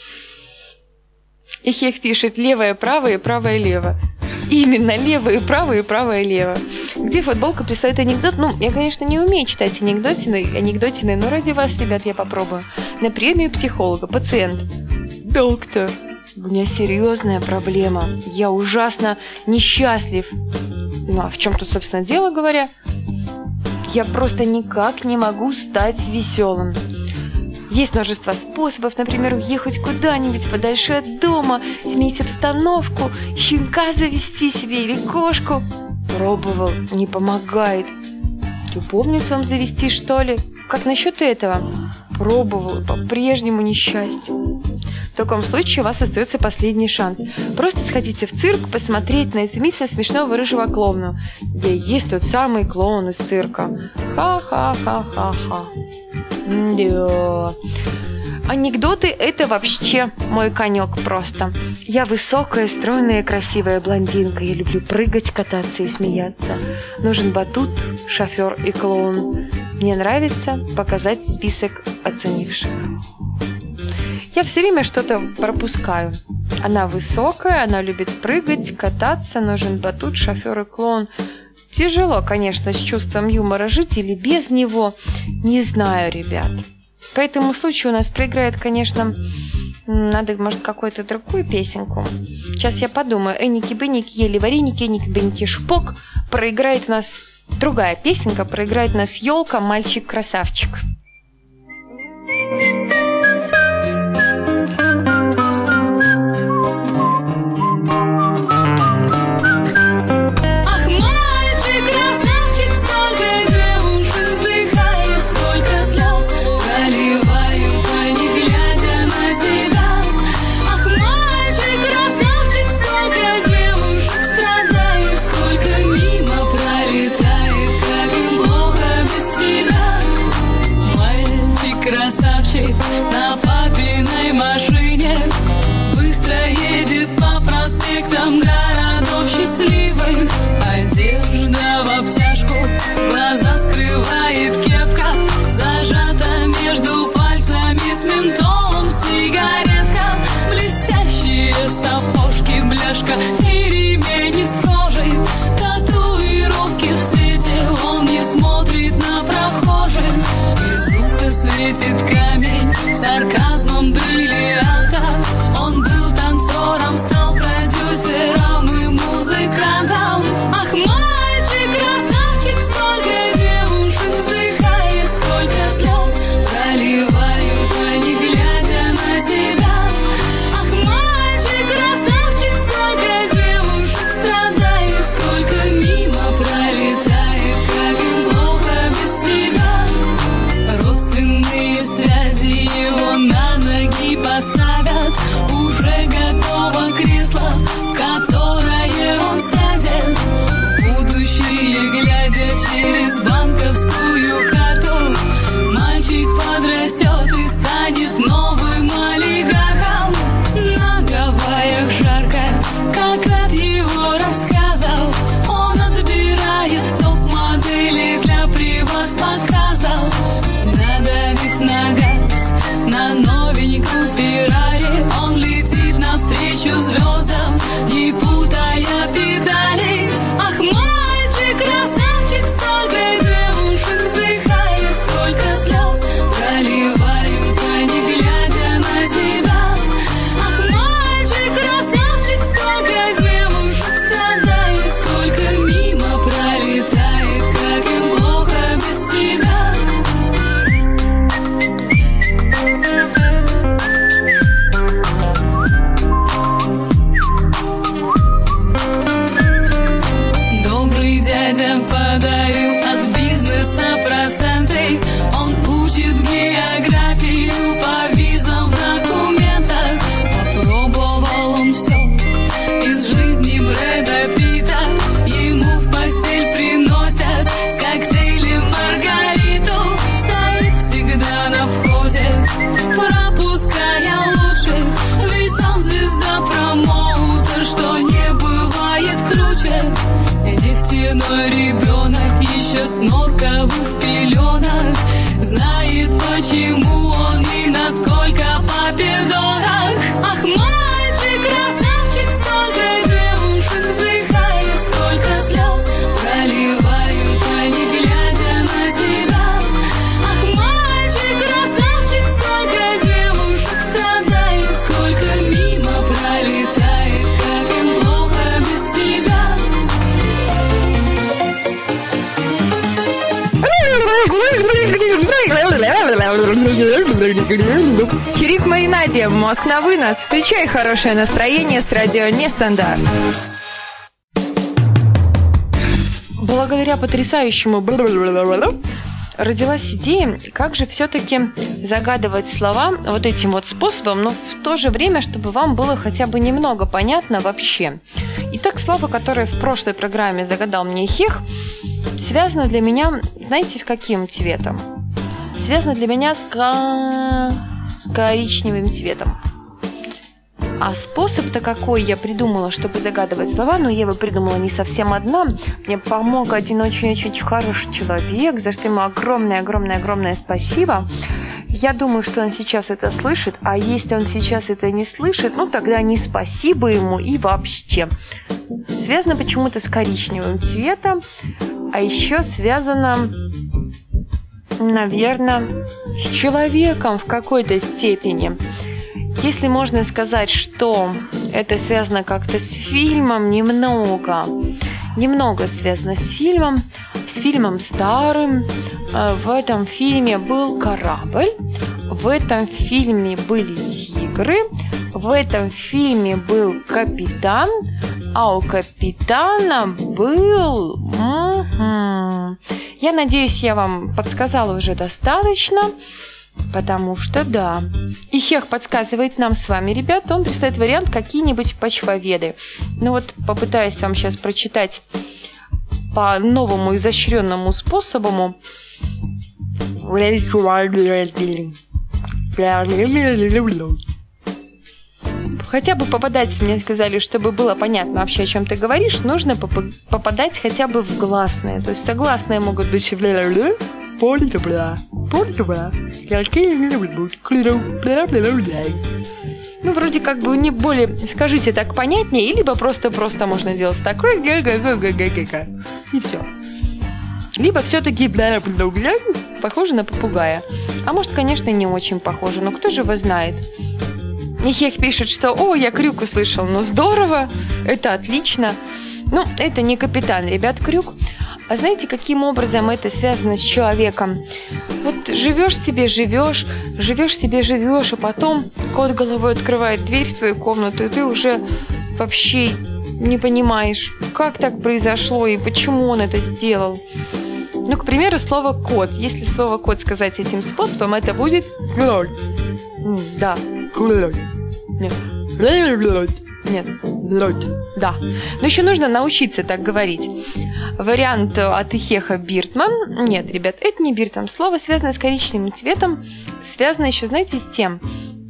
И Хех пишет левое, правое, правое, лево. Именно левое, правое, правое, лево. Где футболка представляет анекдот? Ну, я, конечно, не умею читать анекдотины, но ради вас, ребят, я попробую. На премию психолога. Пациент. Доктор, у меня серьезная проблема. Я ужасно несчастлив. Ну, а в чем тут, собственно, дело, говоря? Я просто никак не могу стать веселым. Есть множество способов, например, уехать куда-нибудь подальше от дома, сменить обстановку, щенка завести себе или кошку. Пробовал, не помогает. Любовницу вам завести, что ли? Как насчет этого? Пробовал, по-прежнему несчастье. В таком случае у вас остается последний шанс. Просто сходите в цирк, посмотреть на изумительно смешного рыжего клоуна. Я и есть тот самый клоун из цирка. Ха-ха-ха-ха-ха. Да. Анекдоты – это вообще мой конек просто. Я высокая, стройная, красивая блондинка. Я люблю прыгать, кататься и смеяться. Нужен батут, шофер и клоун. Мне нравится показать список оценивших. Я все время что-то пропускаю. Она высокая, она любит прыгать, кататься. Нужен батут, шофер и клоун. Тяжело, конечно, с чувством юмора жить или без него. Не знаю, ребят. По этому случаю у нас проиграет, конечно, надо, может, какую-то другую песенку. Сейчас я подумаю. Эники-быники ели вареники, эники-быники шпок. Проиграет у нас другая песенка. Проиграет у нас елка, мальчик-красавчик. Светит камень сарказмом бриллианта. Он был танцором, стал продюсером и музыкантом. Ах, мальчик, красавчик, сколько девушек вздыхает, сколько слез проливают они, глядя на тебя. Ах, мальчик, красавчик, сколько девушек страдает, сколько мимо пролетает, как им плохо без тебя. Родственные связи его на ноги поставят. Уже готово кресло, в которое он сядет. В будущее глядя через банковскую карту, мальчик подрастет и станет новым олигархом. На Гавайях жарко, как от его рассказов. Он отбирает топ-модели для приват-показов. Надавив на газ, на новеньком Феррари, он летит навстречу звездам, не путая педали. Ах, мальчик, красавчик, сколько девушек вздыхает, сколько слез проливают они, глядя на тебя. Ах, мальчик, красавчик, сколько девушек страдает, сколько мимо пролетает, как им плохо без тебя. Добрый дядя подарил от бизнеса проценты. Он учит географию по визам в документах. Попробовал он все из жизни Брэда Питта. Ему в постель приносят с коктейлем Маргариту. Стоит всегда на входе, пропуская лучших, ведь он звезда-промоутер, что не бывает круче. Нефтяной ребенок еще с норковых пеленок знает, почему он и насколько папе дорог. Ах, мальчик, красавчик, сколько девушек вздыхает, сколько слез проливают они, глядя на тебя. Ах, мальчик, красавчик, сколько девушек страдает, сколько мимо пролетает, как им плохо без тебя. Чирик Маринаде, мозг на вынос. Включай хорошее настроение с радио Нестандарт. Благодаря потрясающему родилась идея, как же все-таки загадывать слова вот этим вот способом, но в то же время, чтобы вам было хотя бы немного понятно вообще. Итак, слово, которое в прошлой программе загадал мне Хех, связано для меня, знаете, с каким цветом? Связано для меня с с коричневым цветом. А способ-то какой я придумала, чтобы загадывать слова, но я его придумала не совсем одна. Мне помог один очень-очень хороший человек, за что ему огромное спасибо. Я думаю, что он сейчас это слышит, а если он сейчас это не слышит, ну тогда не спасибо ему и вообще. Связано почему-то с коричневым цветом, а еще связано, наверное, с человеком в какой-то степени. Если можно сказать, что это связано как-то с фильмом, немного связано с фильмом старым. В этом фильме был корабль, в этом фильме были тигры, в этом фильме был капитан, а у капитана был... Я надеюсь, я вам подсказала уже достаточно. Потому что, да. И Хех подсказывает нам с вами, ребята, он представляет вариант какие-нибудь почвоведы. Ну вот, попытаюсь вам сейчас прочитать по новому изощренному способу. Хотя бы попадать, мне сказали, чтобы было понятно вообще, о чем ты говоришь, нужно попадать хотя бы в гласные. То есть согласные могут быть... Ну, вроде как бы не более, скажите так понятнее, либо просто можно делать так. И все. Либо все-таки похоже на попугая. А может, конечно, не очень похоже, но кто же его знает? И Хех пишет, что «О, я крюк услышал». Ну, здорово, это отлично. Ну, это не капитан, ребят, крюк. А знаете, каким образом это связано с человеком? Вот живешь себе, а потом кот головой открывает дверь в твою комнату, и ты уже вообще не понимаешь, как так произошло и почему он это сделал. Ну, к примеру, слово «кот». Если слово «кот» сказать этим способом, это будет «клёль». Да. «Клёль». Нет. Да. Но еще нужно научиться так говорить. Вариант от Ихеха Биртман. Нет, ребят, это не Биртман. Слово, связанное с коричневым цветом, связано еще, знаете, с тем.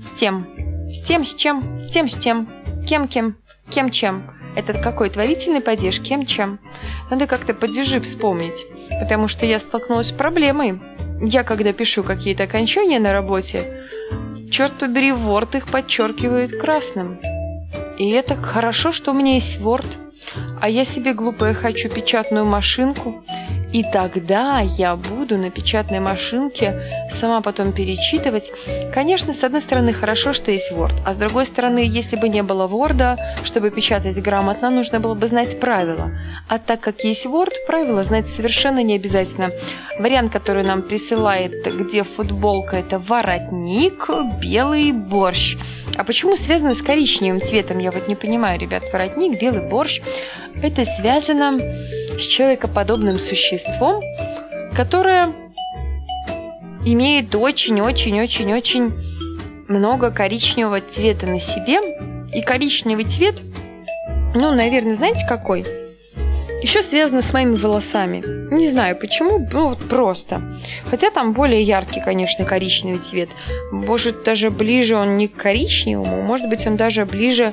Кем-чем. Это какой творительный падеж? Кем-чем. Надо как-то падежи вспомнить. Потому что я столкнулась с проблемой. Я, когда пишу какие-то окончания на работе, черт побери, Word их подчеркивает красным. И это хорошо, что у меня есть Word, а я себе глупая хочу печатную машинку, и тогда я буду на печатной машинке сама потом перечитывать. Конечно, с одной стороны, хорошо, что есть Word, а с другой стороны, если бы не было Word, чтобы печатать грамотно, нужно было бы знать правила. А так как есть Word, правила знать совершенно не обязательно. Вариант, который нам присылает, где футболка, это воротник, белый борщ. А почему связано с коричневым цветом? Я вот не понимаю, ребят. Воротник, белый борщ. Это связано с человекоподобным существом, которое имеет очень-очень-очень-очень много коричневого цвета на себе. И коричневый цвет, ну, наверное, знаете какой? Еще связано с моими волосами. Не знаю почему, ну вот просто. Хотя там более яркий, конечно, коричневый цвет. Может, даже ближе он не к коричневому, может быть, он даже ближе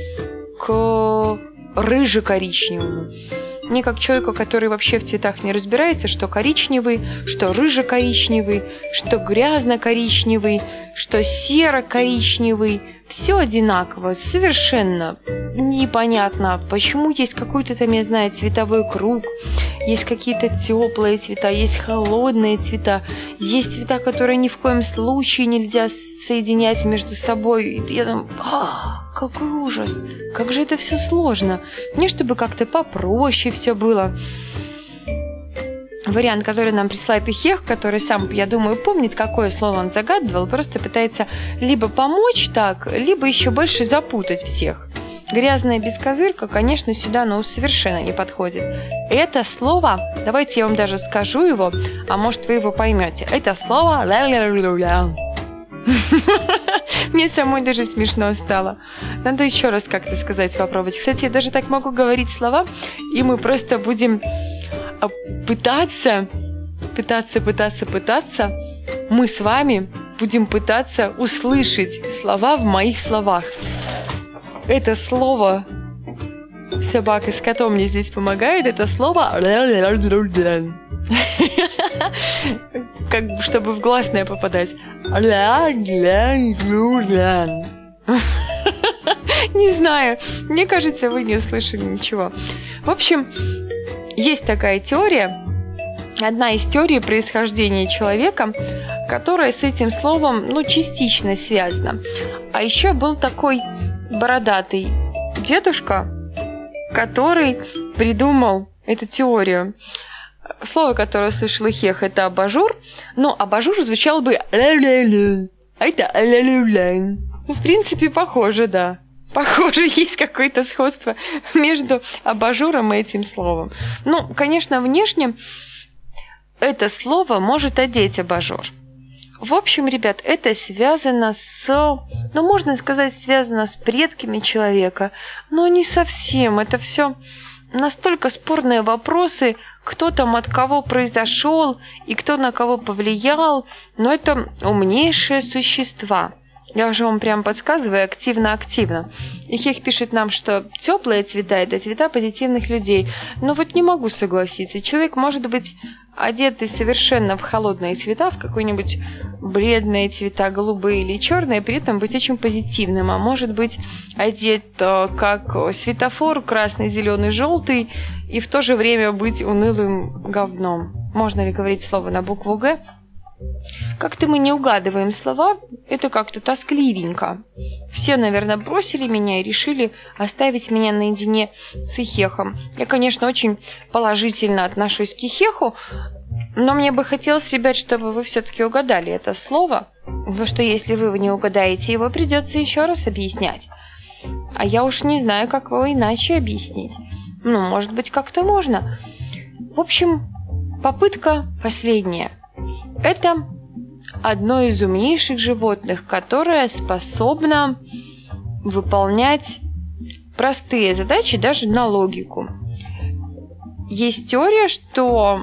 к рыже-коричневому. Мне как человеку, который вообще в цветах не разбирается, что коричневый, что рыже-коричневый, что грязно-коричневый, что серо-коричневый. Все одинаково, совершенно непонятно, почему есть какой-то там, я знаю, цветовой круг, есть какие-то теплые цвета, есть холодные цвета, есть цвета, которые ни в коем случае нельзя соединять между собой. И я думаю, какой ужас, как же это все сложно. Мне, чтобы как-то попроще все было. Вариант, который нам присылает Ихех, который сам, я думаю, помнит, какое слово он загадывал, просто пытается либо помочь так, либо еще больше запутать всех. Грязная бескозырка, конечно, сюда, ну, совершенно не подходит. Это слово, давайте я вам даже скажу его, а может вы его поймете. Это слово... Мне самой даже смешно стало. Надо еще раз как-то сказать, попробовать. Кстати, я даже так могу говорить слова, и мы просто будем... пытаться, мы с вами будем пытаться услышать слова в моих словах. Это слово собака с котом мне здесь помогает. Это слово как бы, чтобы в гласное попадать. Не знаю. Мне кажется, вы не слышали ничего. В общем, есть такая теория, одна из теорий происхождения человека, которая с этим словом, частично связана. А еще был такой бородатый дедушка, который придумал эту теорию. Слово, которое слышала Хех, это абажур, но абажур звучал бы а это в принципе, похоже, да. Похоже, есть какое-то сходство между абажуром и этим словом. Конечно, внешне это слово может одеть абажур. В общем, ребят, это связано можно сказать, связано с предками человека, но не совсем. Это все настолько спорные вопросы, кто там от кого произошел и кто на кого повлиял, но это умнейшие существа. Я уже вам прям подсказываю активно-активно. И Хех пишет нам, что теплые цвета – это цвета позитивных людей. Но вот не могу согласиться. Человек может быть одетый совершенно в холодные цвета, в какие-нибудь бледные цвета, голубые или черные, при этом быть очень позитивным. А может быть одет как светофор, красный, зеленый, желтый, и в то же время быть унылым говном. Можно ли говорить слово на букву «Г»? Как-то мы не угадываем слова, это как-то тоскливенько. Все, наверное, бросили меня и решили оставить меня наедине с Хехом. Я, конечно, очень положительно отношусь к Хеху, но мне бы хотелось, ребят, чтобы вы все-таки угадали это слово, потому что если вы не угадаете его, придется еще раз объяснять. А я уж не знаю, как его иначе объяснить. Может быть, как-то можно. В общем, попытка последняя. Это одно из умнейших животных, которое способно выполнять простые задачи даже на логику. Есть теория, что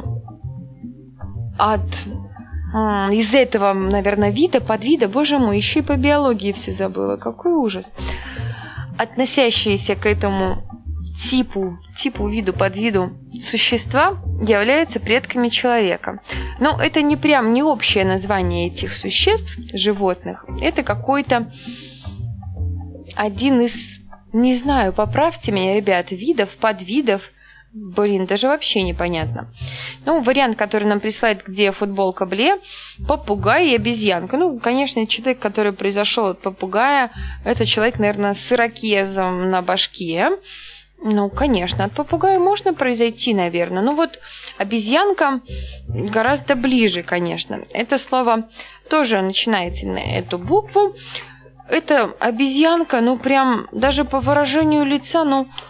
из этого, наверное, вида, подвида, боже мой, еще и по биологии все забыла, какой ужас, относящиеся к этому типу, виду, подвиду существа являются предками человека. Но это не общее название этих существ, животных. Это какой-то один из, не знаю, поправьте меня, ребят, видов, подвидов. Даже вообще непонятно. Вариант, который нам присылает, где футболка Бле, попугай и обезьянка. Конечно, человек, который произошел от попугая, это человек, наверное, с ирокезом на башке. Конечно, от попугая можно произойти, наверное. Обезьянка гораздо ближе, конечно. Это слово тоже начинается на эту букву. Это обезьянка, прям даже по выражению лица,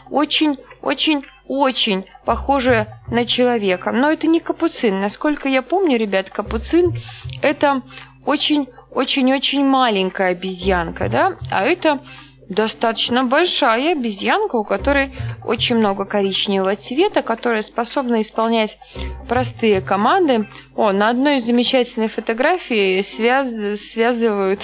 очень похожая на человека. Но это не капуцин. Насколько я помню, ребят, капуцин – это очень-очень-очень маленькая обезьянка, да? А это достаточно большая обезьянка, у которой очень много коричневого цвета, которая способна исполнять простые команды. На одной из замечательных фотографий связывают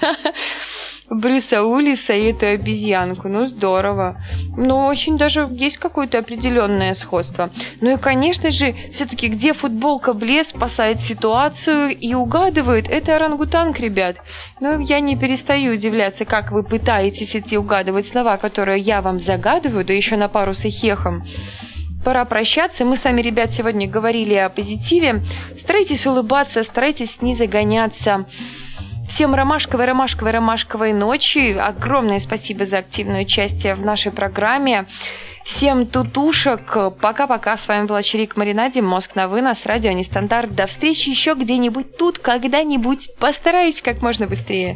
Брюса Уиллиса и эту обезьянку. Здорово. Очень даже есть какое-то определенное сходство. И, конечно же, все-таки где футболка Бле спасает ситуацию и угадывает, это орангутанг, ребят. Я не перестаю удивляться, как вы пытаетесь угадывать слова, которые я вам загадываю, да еще на пару с Хехом. Пора прощаться. Мы с вами, ребят, сегодня говорили о позитиве. Старайтесь улыбаться, старайтесь не загоняться. Всем ромашковой ночи. Огромное спасибо за активное участие в нашей программе. Всем тутушек. Пока-пока. С вами была Чирик Маринаде. Мозг на вынос. Радио Нестандарт. До встречи еще где-нибудь тут, когда-нибудь. Постараюсь как можно быстрее.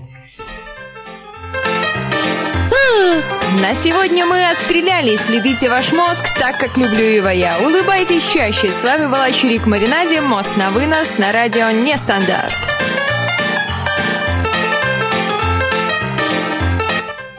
На сегодня мы отстрелялись. Любите ваш мозг так, как люблю его я. Улыбайтесь чаще. С вами была Чирик Маринаде. Мозг на вынос на радио Нестандарт.